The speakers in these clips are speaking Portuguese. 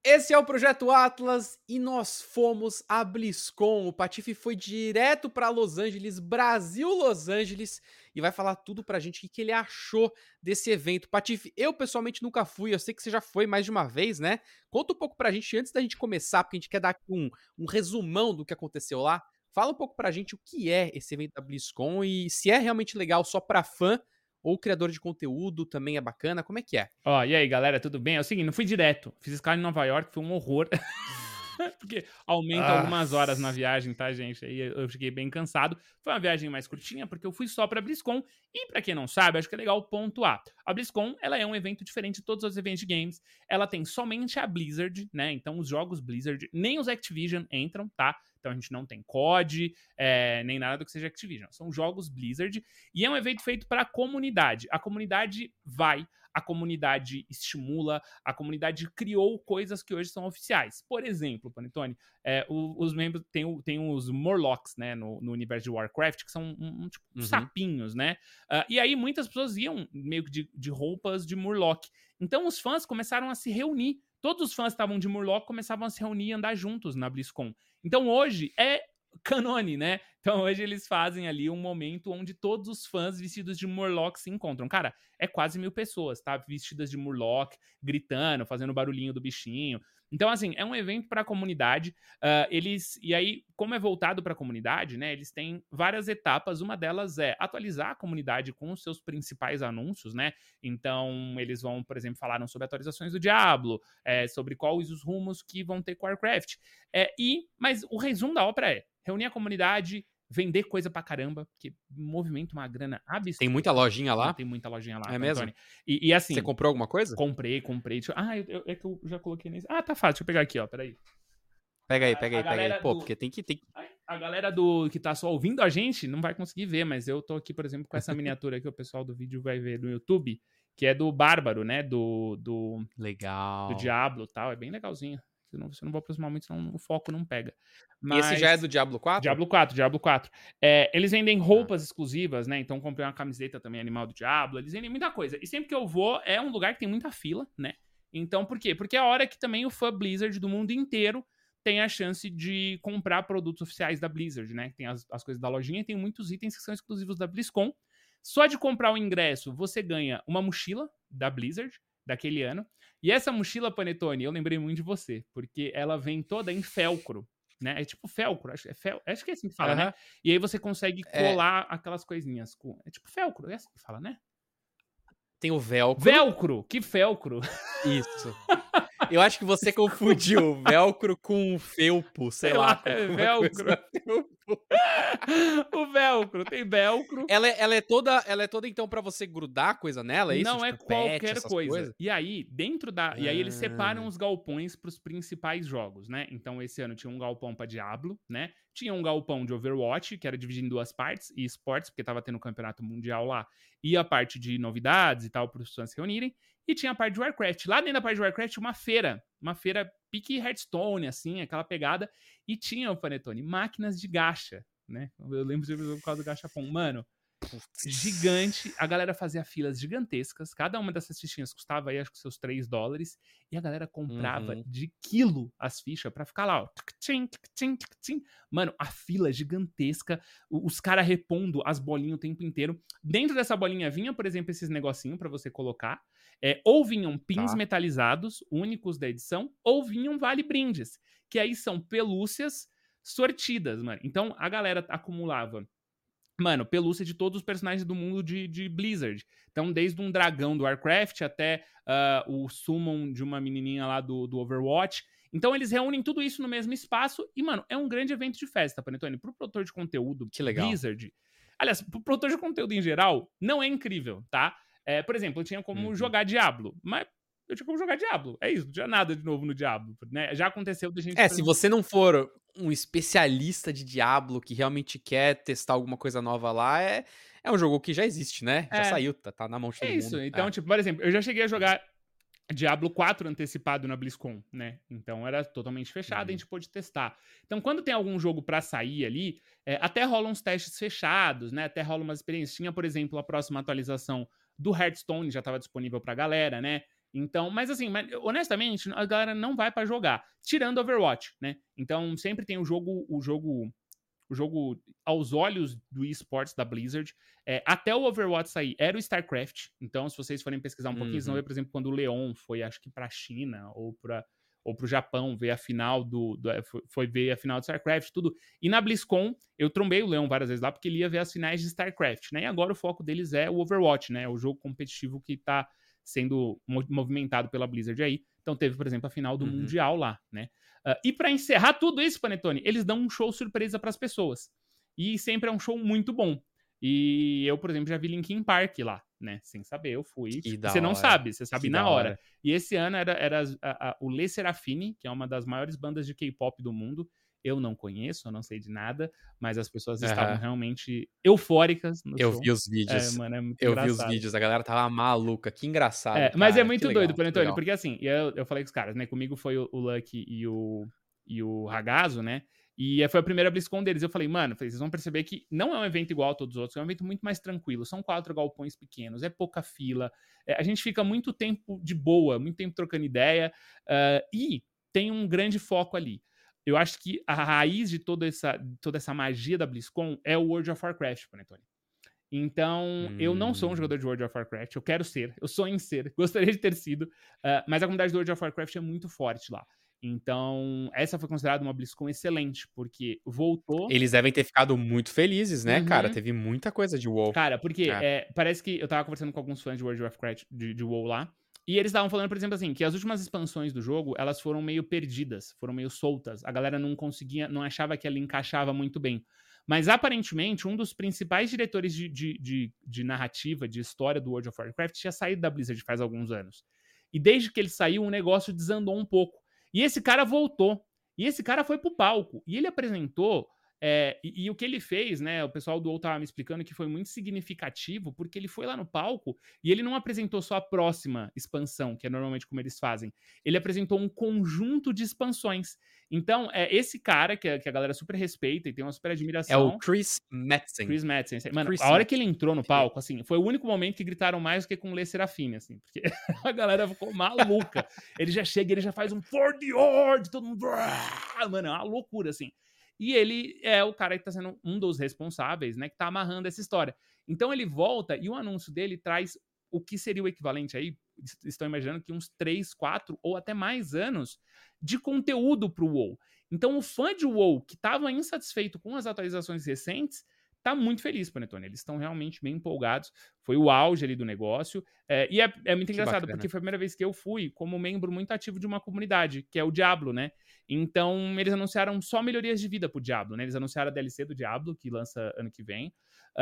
Esse é o Projeto Atlas e nós fomos à BlizzCon. O Patife foi direto para Los Angeles, Brasil, Los Angeles, e vai falar tudo pra gente o que ele achou desse evento. Patife, eu pessoalmente nunca fui, eu sei que você já foi mais de uma vez, né? Conta um pouco pra gente antes da gente começar, porque a gente quer dar aqui um resumão do que aconteceu lá. Fala um pouco pra gente o que é esse evento da BlizzCon e se é realmente legal só pra fã ou criador de conteúdo também é bacana, como é que é? Ó, e aí, galera, tudo bem? É o seguinte, não fui direto. Fiz escala em Nova York, foi um horror. Porque aumenta Ah, algumas horas na viagem, tá, gente? Aí eu fiquei bem cansado. Foi uma viagem mais curtinha, porque eu fui só pra BlizzCon. E pra quem não sabe, acho que é legal pontuar. A BlizzCon, ela é um evento diferente de todos os eventos de games. Ela tem somente a Blizzard, né? Então os jogos Blizzard, nem os Activision entram, tá? Então a gente não tem COD, nem nada do que seja Activision. São jogos Blizzard. E é um evento feito para a comunidade. A comunidade vai, a comunidade estimula, a comunidade criou coisas que hoje são oficiais. Por exemplo, Panetone, os membros tem os Morlocks, né, no universo de Warcraft, que são tipo sapinhos, né? E aí muitas pessoas iam meio que de roupas de Murloc. Então os fãs começaram a se reunir. Todos os fãs que estavam de Murloc começavam a se reunir e andar juntos na BlizzCon. Então hoje é canone, né? Então hoje eles fazem ali um momento onde todos os fãs vestidos de Murloc se encontram. Cara, é quase 1.000 pessoas, tá? Vestidas de Murloc, gritando, fazendo barulhinho do bichinho. Então, assim, é um evento para a comunidade. E aí, como é voltado para a comunidade, né? Eles têm várias etapas. Uma delas é atualizar a comunidade com os seus principais anúncios, né? Então, eles vão, por exemplo, falaram sobre atualizações do Diablo, sobre quais os rumos que vão ter com Warcraft. Mas o resumo da obra é reunir a comunidade, vender coisa pra caramba, que movimenta uma grana Tem absurda. muita lojinha lá? Tem muita lojinha lá, É mesmo? Panetone. E Você assim, comprou alguma coisa? comprei. É que eu já coloquei nesse. Ah, tá fácil, deixa eu pegar aqui, ó, peraí. Pega aí, pega A aí, pega aí. galera Pô, do. porque tem. A galera do que tá só ouvindo a gente não vai conseguir ver, mas eu tô aqui, por exemplo, com essa miniatura que o pessoal do vídeo vai ver no YouTube, que é do Bárbaro, né? Do Legal. Diablo e tal. É bem legalzinho. Se eu não vou aproximar muito, senão o foco não pega. E esse já é Mas. do Diablo 4? Diablo 4. Eles vendem Tá. roupas exclusivas, né? Então comprei uma camiseta também animal do Diablo. Eles vendem muita coisa. E sempre que eu vou, é um lugar que tem muita fila, né? Então, por quê? Porque é a hora que também o fã Blizzard do mundo inteiro tem a chance de comprar produtos oficiais da Blizzard, né? Tem as coisas da lojinha e tem muitos itens que são exclusivos da BlizzCon. Só de comprar o ingresso, você ganha uma mochila da Blizzard, daquele ano. E essa mochila, Panetone, eu lembrei muito de você, porque ela vem toda em felcro, né? É tipo felcro, acho que é assim que fala, né? Aham. E aí você consegue É, colar aquelas coisinhas. É tipo felcro, é assim que fala, né? tem o velcro. Velcro! Que felcro! Isso. Eu acho que você confundiu o velcro com o felpo, sei Sei lá, lá, com é alguma coisa. velcro. O velcro, tem velcro. Ela é toda então pra você grudar coisa nela, é isso? Não é Tipo pet, qualquer essas coisa. coisas? E aí, e aí eles separam Ah, os galpões para os principais jogos, né? Então esse ano tinha um galpão para Diablo, né? Tinha um galpão de Overwatch, que era dividido em duas partes, e esportes, porque tava tendo um campeonato mundial lá, e a parte de novidades e tal, para os fãs se reunirem. E tinha a parte de Warcraft. Lá dentro da parte de Warcraft, uma feira pique Hearthstone, assim, aquela pegada. E tinha, o Panetone, máquinas de gacha, né? Eu lembro por causa do gachapon. Mano, gigante. A galera fazia filas gigantescas. Cada uma dessas fichinhas custava aí, acho que seus $3. E a galera comprava uhum. de quilo as fichas pra ficar lá, ó. Tchim, tchim, tchim. Mano, a fila gigantesca. Os caras repondo as bolinhas o tempo inteiro. Dentro dessa bolinha vinha, por exemplo, esses negocinhos pra você colocar. Ou vinham pins Tá. metalizados, únicos da edição, ou vinham vale-brindes. Que aí são pelúcias sortidas, mano. Então a galera acumulava, mano, pelúcia de todos os personagens do mundo de Blizzard. Então, desde um dragão do Warcraft até o summon de uma menininha lá do Overwatch. Então, eles reúnem tudo isso no mesmo espaço e, mano, é um grande evento de festa, Panetone. Pro produtor de conteúdo Que legal. Blizzard, aliás, pro produtor de conteúdo em geral, não é incrível, tá? Por exemplo, eu tinha como Uhum. jogar Diablo, mas eu tinha como jogar Diablo. É isso, não tinha nada de novo no Diablo, né? Já aconteceu da gente, É, por se exemplo. você não for um especialista de Diablo que realmente quer testar alguma coisa nova lá, é um jogo que já existe, né? Já É, saiu, tá na mão de é todo isso. mundo. Então, É. tipo, por exemplo, eu já cheguei a jogar Diablo 4 antecipado na BlizzCon, né? Então era totalmente fechado, a Uhum. gente pôde testar. Então, quando tem algum jogo pra sair ali, até rolam uns testes fechados, né? Até rola umas experiências. Tinha, por exemplo, a próxima atualização do Hearthstone já estava disponível pra galera, né? Então, mas assim, honestamente, a galera não vai pra jogar, tirando Overwatch, né? Então, sempre tem o jogo aos olhos do esportes da Blizzard. Até o Overwatch sair, era o StarCraft. Então, se vocês forem pesquisar um pouquinho, vocês vão ver, por exemplo, quando o Leon foi, acho que pra China ou pro Japão, ver a final foi ver a final do StarCraft, tudo. E na BlizzCon, eu trombei o Leon várias vezes lá, porque ele ia ver as finais de StarCraft, né? E agora o foco deles é o Overwatch, né? O jogo competitivo que tá sendo movimentado pela Blizzard aí. Então teve, por exemplo, a final do Mundial lá, né? E pra encerrar tudo isso, Panetone, eles dão um show surpresa pras pessoas. E sempre é um show muito bom. E eu, por exemplo, já vi Linkin Park lá, né? Sem saber, eu fui. Que Tipo, da você não hora. sabe, você sabe Que na da hora. hora. E esse ano era o Le Serafine, que é uma das maiores bandas de K-pop do mundo. Eu não conheço, eu não sei de nada, mas as pessoas estavam Aham. realmente eufóricas no Eu show. vi os vídeos. Mano, é muito Eu vi os engraçado. vídeos, a galera tava maluca. Que engraçado, Mas é cara. Que muito doido, legal, que Panetone, legal. porque assim, eu falei com os caras, né? Comigo foi o Lucky e o Ragazzo, né? E foi a primeira BlizzCon deles. Eu falei, mano, vocês vão perceber que não é um evento igual a todos os outros, é um evento muito mais tranquilo. São 4 galpões pequenos, é pouca fila. A gente fica muito tempo de boa, muito tempo trocando ideia. E tem um grande foco ali. Eu acho que a raiz de toda essa magia da BlizzCon é o World of Warcraft, Panetone. Então, eu não sou um jogador de World of Warcraft, eu quero ser, eu sonho em ser, gostaria de ter sido, mas a comunidade do World of Warcraft é muito forte lá. Então, essa foi considerada uma BlizzCon excelente, porque voltou. Eles devem ter ficado muito felizes, né, cara? Uhum. Teve muita coisa de WoW. Cara, porque parece que eu tava conversando com alguns fãs de World of Warcraft, de WoW lá, e eles estavam falando, por exemplo, assim, que as últimas expansões do jogo, elas foram meio perdidas, foram meio soltas. A galera não conseguia, não achava que ela encaixava muito bem. Mas, aparentemente, um dos principais diretores de narrativa, de história do World of Warcraft tinha saído da Blizzard faz alguns anos. E desde que ele saiu, o negócio desandou um pouco. E esse cara voltou. E esse cara foi pro palco. E ele apresentou e o que ele fez, né? O pessoal do WoW tava me explicando que foi muito significativo, porque ele foi lá no palco e ele não apresentou só a próxima expansão, que é normalmente como eles fazem. Ele apresentou um conjunto de expansões. Então, esse cara, que a galera super respeita e tem uma super É o admiração. Chris Metzen. Chris Metzen. Mano, Chris a hora que ele Metzen. entrou no palco, assim, foi o único momento que gritaram mais do que com o Le Serafine, assim, porque a galera ficou maluca. Ele já chega, ele já faz um For the Horde, todo mundo... Mano, é uma loucura, assim. E ele é o cara que tá sendo um dos responsáveis, né, que tá amarrando essa história. Então ele volta e o anúncio dele traz o que seria o equivalente aí, estão imaginando que uns 3, 4 ou até mais anos de conteúdo pro WoW. Então o fã de WoW que tava insatisfeito com as atualizações recentes tá muito feliz, Panetone. Eles estão realmente bem empolgados. Foi o auge ali do negócio. E é muito engraçado, porque foi a primeira vez que eu fui como membro muito ativo de uma comunidade, que é o Diablo, né? Então, eles anunciaram só melhorias de vida pro Diablo, né? Eles anunciaram a DLC do Diablo, que lança ano que vem.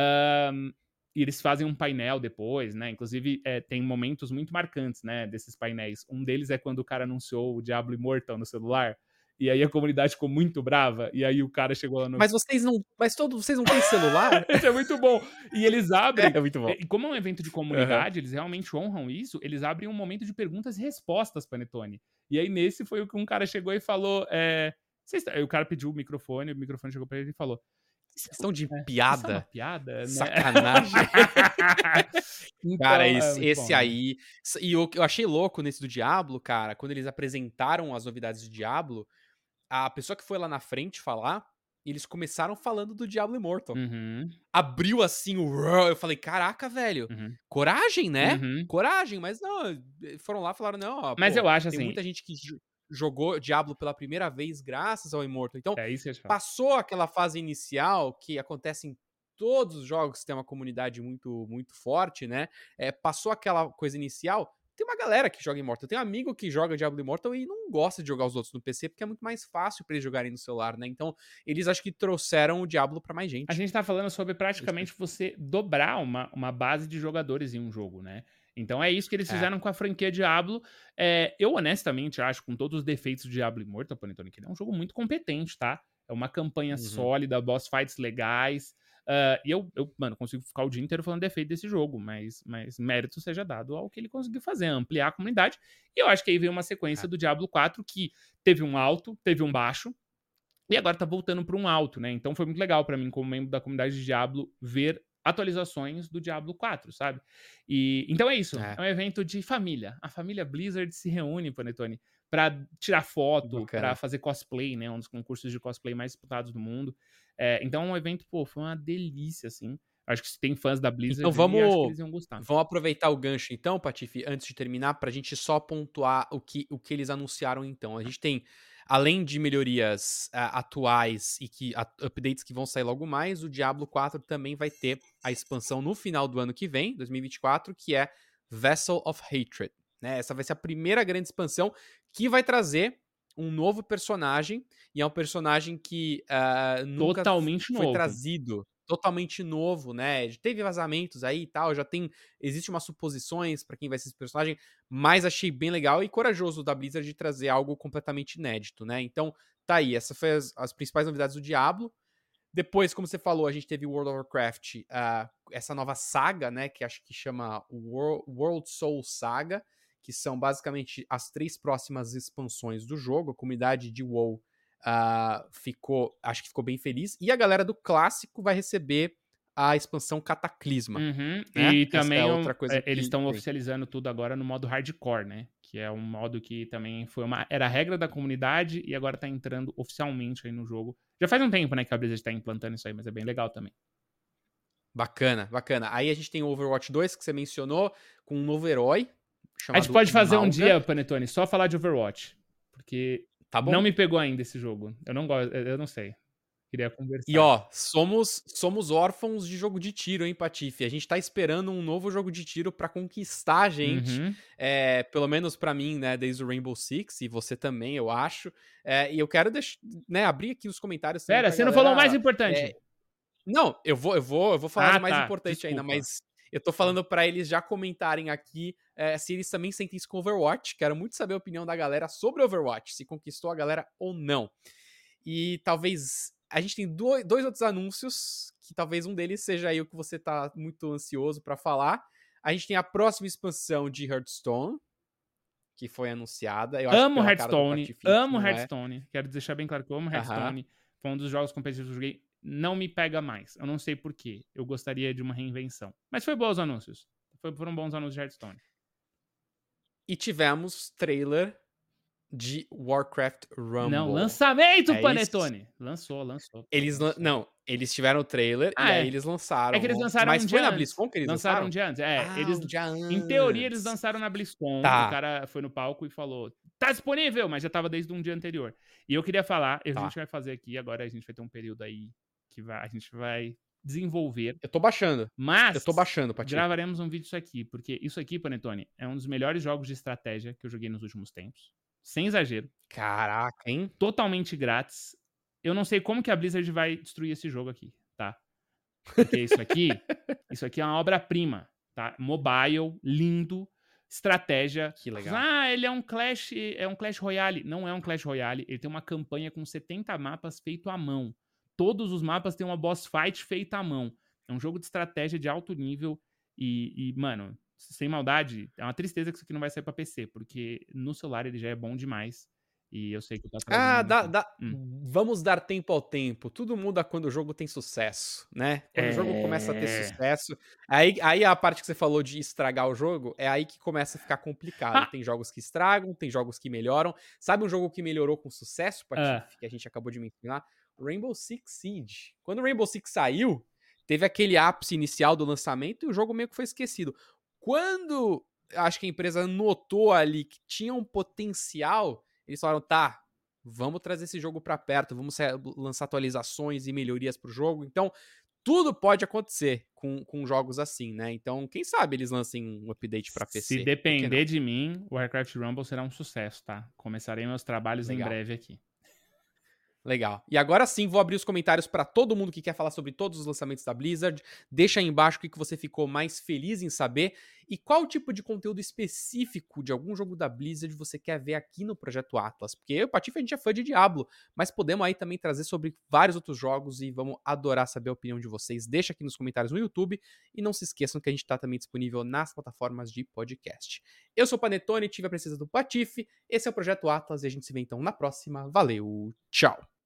E eles fazem um painel depois, né? Inclusive, tem momentos muito marcantes, né? Desses painéis. Um deles é quando o cara anunciou o Diablo Immortal no celular. E aí a comunidade ficou muito brava. E aí o cara chegou lá no... Mas vocês não têm celular? Isso é muito bom. E eles abrem... É muito bom. E como é um evento de comunidade, eles realmente honram isso. Eles abrem um momento de perguntas e respostas, Panetone. E aí nesse foi o que um cara chegou e falou... Aí o cara pediu o microfone chegou pra ele e falou... Vocês estão de Isso é uma piada? piada, né? Sacanagem. Então, Cara, muito esse bom, né? aí... E eu achei louco nesse do Diablo, cara, quando eles apresentaram as novidades do Diablo, a pessoa que foi lá na frente falar, eles começaram falando do Diablo Immortal. Uhum, Abriu assim o... Eu falei, caraca, velho, uhum, coragem, né? uhum. Coragem, mas não, foram lá e falaram, não, ó, Mas pô, eu acho tem assim... muita gente que jogou Diablo pela primeira vez graças ao Immortal. Então, É isso que eu ia te falar. passou aquela fase inicial que acontece em todos os jogos que tem uma comunidade muito, muito forte, né? Passou aquela coisa inicial. Tem uma galera que joga Immortal. Tem um amigo que joga Diablo Immortal e não gosta de jogar os outros no PC porque é muito mais fácil pra eles jogarem no celular, né? Então, eles acho que trouxeram o Diablo pra mais gente. A gente tá falando sobre praticamente você dobrar uma base de jogadores em um jogo, né? Então é isso que eles fizeram com a franquia Diablo. Eu honestamente acho, com todos os defeitos do Diablo Immortal, Panetone, que ele é um jogo muito competente, tá? É uma campanha sólida, boss fights legais. E mano, consigo ficar o dia inteiro falando defeito desse jogo, mas mérito seja dado ao que ele conseguiu fazer, ampliar a comunidade. E eu acho que aí veio uma sequência do Diablo 4 que teve um alto, teve um baixo, e agora tá voltando para um alto, né? Então foi muito legal para mim, como membro da comunidade de Diablo, ver atualizações do Diablo 4, sabe? E então é isso, É, é um evento de família. A família Blizzard se reúne, Panetone, pra tirar foto, pra bacana. fazer cosplay, né? Um dos concursos de cosplay mais disputados do mundo. Então é um evento, pô, foi uma delícia, assim. Acho que se tem fãs da Então Blizzard aí, acho que vamos eles iam gostar. vamos aproveitar o gancho então, Patife, antes de terminar, pra gente só pontuar o que eles anunciaram então. A gente tem, além de melhorias, atuais e updates que vão sair logo mais, o Diablo 4 também vai ter a expansão no final do ano que vem, 2024, que é Vessel of Hatred, né? Essa vai ser a primeira grande expansão que vai trazer um novo personagem, e é um personagem que, nunca Totalmente foi novo. trazido, totalmente novo, né? Teve vazamentos aí e tal, existe umas suposições pra quem vai ser esse personagem, mas achei bem legal e corajoso da Blizzard de trazer algo completamente inédito, né? Então, tá aí, essa foi as principais novidades do Diablo. Depois, como você falou, a gente teve World of Warcraft, essa nova saga, né? Que acho que chama World Soul Saga, que são basicamente as 3 próximas expansões do jogo. A comunidade de WoW acho que ficou bem feliz. E a galera do clássico vai receber a expansão Cataclisma, Uhum. né? E Essa é também outra coisa eles que estão tem. oficializando tudo agora no modo hardcore, né? Que é um modo que também era a regra da comunidade e agora tá entrando oficialmente aí no jogo. Já faz um tempo, né, que a Blizzard tá implantando isso aí, mas é bem legal também. Bacana, bacana. Aí a gente tem o Overwatch 2, que você mencionou, com um novo herói A gente chamado pode fazer um Malga. dia, Panetone, só falar de Overwatch, porque Tá não bom? me pegou ainda esse jogo. Eu não gosto, eu não sei. Queria E conversar. ó, somos órfãos de jogo de tiro, hein, Patife? A gente tá esperando um novo jogo de tiro pra conquistar a gente, Uhum. pelo menos pra mim, né, desde o Rainbow Six, e você também, eu acho. E eu quero né, abrir aqui os comentários também Pera, pra você não falou o mais galera. importante. Não, eu vou falar Ah, do mais tá. importante ainda, Desculpa. mas eu tô falando pra eles já comentarem aqui, se eles também sentem isso com Overwatch. Quero muito saber a opinião da galera sobre Overwatch, se conquistou a galera ou não. E talvez a gente tem dois outros anúncios, que talvez um deles seja aí o que você tá muito ansioso pra falar. A gente tem a próxima expansão de Hearthstone, que foi anunciada. Eu acho que Amo pela cara do Hearthstone, Patife isso amo não é. Hearthstone. Quero deixar bem claro que eu amo Aham. Hearthstone. Foi um dos jogos competitivos que eu joguei. Não me pega mais. Eu não sei porquê. Eu gostaria de uma reinvenção. Mas foi bons anúncios. Foram bons anúncios de Hearthstone. E tivemos trailer de Warcraft Não, Rumble. lançamento, É isso? Panetone! Lançou. Eles tiveram o trailer e Ah, aí é. eles É lançaram. que eles lançaram um Mas foi dia na antes. BlizzCon que eles Lançaram um lançaram? dia antes. É, Ah, eles. um dia Em teoria, eles antes. lançaram na BlizzCon. O Tá, cara foi no palco e falou: tá disponível, mas já tava desde um dia anterior. E eu queria falar, a gente tá. vai fazer aqui, agora a gente vai ter um período aí que a gente vai desenvolver. Eu tô baixando. Eu Mas tô baixando, Patife. gravaremos um vídeo disso aqui, porque isso aqui, Panetone, é um dos melhores jogos de estratégia que eu joguei nos últimos tempos. Sem exagero. Caraca, hein? Totalmente grátis. Eu não sei como que a Blizzard vai destruir esse jogo aqui, tá? Porque isso aqui é uma obra-prima, tá? Mobile, lindo, estratégia. Que legal. Ele é um Clash Royale. Não é um Clash Royale, ele tem uma campanha com 70 mapas feito à mão. Todos os mapas têm uma boss fight feita à mão. É um jogo de estratégia de alto nível mano, sem maldade, é uma tristeza que isso aqui não vai sair pra PC, porque no celular ele já é bom demais. E eu sei que eu tô atrasando Ah, ainda aqui. vamos dar tempo ao tempo. Tudo muda quando o jogo tem sucesso, né? Quando o jogo começa a ter É. sucesso, aí a parte que você falou de estragar o jogo, é aí que começa a ficar complicado. Ah, Tem jogos que estragam, tem jogos que melhoram. Sabe um jogo que melhorou com sucesso, ah. Patife, que a gente acabou de mencionar? Rainbow Six Siege. Quando o Rainbow Six saiu, teve aquele ápice inicial do lançamento e o jogo meio que foi esquecido. Quando acho que a empresa notou ali que tinha um potencial, eles falaram, tá, vamos trazer esse jogo para perto, vamos lançar atualizações e melhorias pro jogo. Então, tudo pode acontecer com jogos assim, né? Então, quem sabe eles lancem um update para Se PC. Por que depender não? de mim, o Warcraft Rumble será um sucesso, tá? Começarei meus trabalhos em Legal. breve aqui. Legal. E agora sim, vou abrir os comentários para todo mundo que quer falar sobre todos os lançamentos da Blizzard. Deixa aí embaixo o que você ficou mais feliz em saber e qual tipo de conteúdo específico de algum jogo da Blizzard você quer ver aqui no Projeto Atlas. Porque eu e o Patife, a gente é fã de Diablo, mas podemos aí também trazer sobre vários outros jogos e vamos adorar saber a opinião de vocês. Deixa aqui nos comentários no YouTube e não se esqueçam que a gente está também disponível nas plataformas de podcast. Eu sou o Panetone, tive a presença do Patife, esse é o Projeto Atlas e a gente se vê então na próxima. Valeu, tchau!